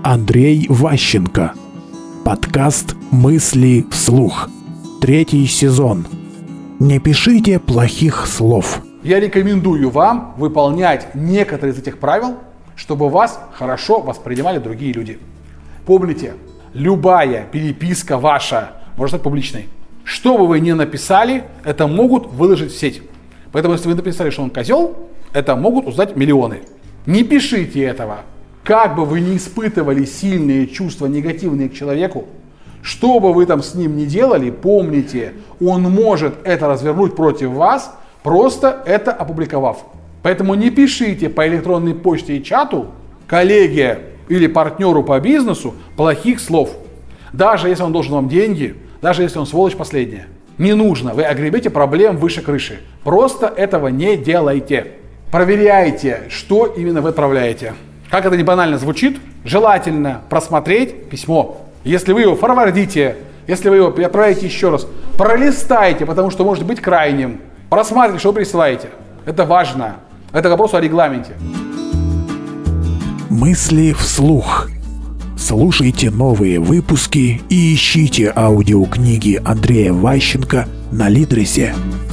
Андрей Ващенко. Подкаст «Мысли вслух». 3 сезон. Не пишите плохих слов. Я рекомендую вам выполнять некоторые из этих правил, чтобы вас хорошо воспринимали другие люди. Помните, любая переписка ваша может стать публичной. Что бы вы ни написали, это могут выложить в сеть. Поэтому, если вы написали, что он козел, это могут узнать миллионы. Не пишите этого. Как бы вы ни испытывали сильные чувства негативные к человеку, что бы вы там с ним ни делали, помните, он может это развернуть против вас, просто это опубликовав. Поэтому не пишите по электронной почте и чату коллеге или партнеру по бизнесу плохих слов. Даже если он должен вам деньги, даже если он сволочь последняя. Не нужно, вы огребете проблем выше крыши. Просто этого не делайте. Проверяйте, что именно вы отправляете. Как это не банально звучит, желательно просмотреть письмо. Если вы его форвардите, если вы его отправите еще раз, пролистайте, потому что может быть крайним. Просматривайте, что вы присылаете. Это важно. Это вопрос о регламенте. Мысли вслух. Слушайте новые выпуски и ищите аудиокниги Андрея Ващенко на Литресе.